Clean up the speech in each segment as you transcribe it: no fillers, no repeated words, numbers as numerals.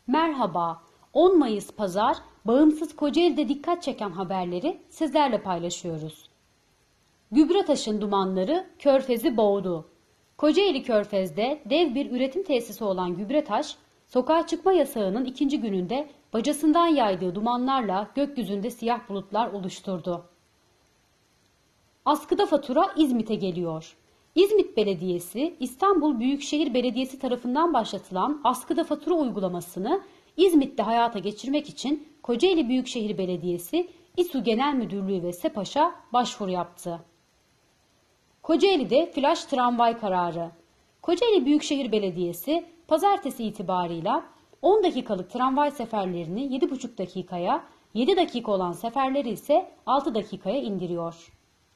Merhaba, 10 Mayıs Pazar, bağımsız Kocaeli'de dikkat çeken haberleri sizlerle paylaşıyoruz. Gübretaş'ın dumanları Körfez'i boğdu. Kocaeli Körfez'de dev bir üretim tesisi olan Gübretaş, sokağa çıkma yasağının ikinci gününde bacasından yaydığı dumanlarla gökyüzünde siyah bulutlar oluşturdu. Askıda fatura İzmit'e geliyor. İzmit Belediyesi, İstanbul Büyükşehir Belediyesi tarafından başlatılan askıda fatura uygulamasını İzmit'te hayata geçirmek için Kocaeli Büyükşehir Belediyesi, İSU Genel Müdürlüğü ve SEPAŞ'a başvuru yaptı. Kocaeli'de flash tramvay kararı. Kocaeli Büyükşehir Belediyesi, pazartesi itibarıyla 10 dakikalık tramvay seferlerini 7,5 dakikaya, 7 dakika olan seferleri ise 6 dakikaya indiriyor.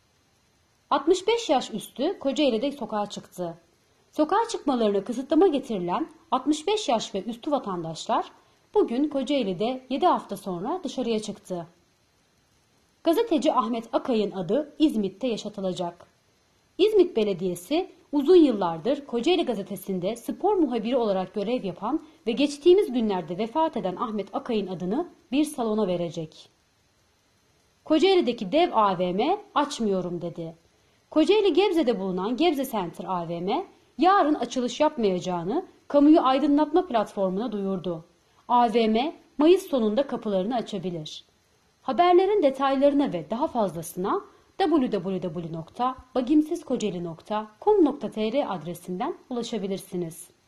65 yaş üstü Kocaeli'de sokağa çıktı. Sokağa çıkmalarına kısıtlama getirilen 65 yaş ve üstü vatandaşlar bugün Kocaeli'de 7 hafta sonra dışarıya çıktı. Gazeteci Ahmet Akay'ın adı İzmit'te yaşatılacak. İzmit Belediyesi uzun yıllardır Kocaeli Gazetesi'nde spor muhabiri olarak görev yapan ve geçtiğimiz günlerde vefat eden Ahmet Akay'ın adını bir salona verecek. Kocaeli'deki dev AVM açmıyorum dedi. Kocaeli Gebze'de bulunan Gebze Center AVM yarın açılış yapmayacağını kamuyu aydınlatma platformuna duyurdu. AVM Mayıs sonunda kapılarını açabilir. Haberlerin detaylarına ve daha fazlasına www.bagimsizkocaeli.com.tr adresinden ulaşabilirsiniz.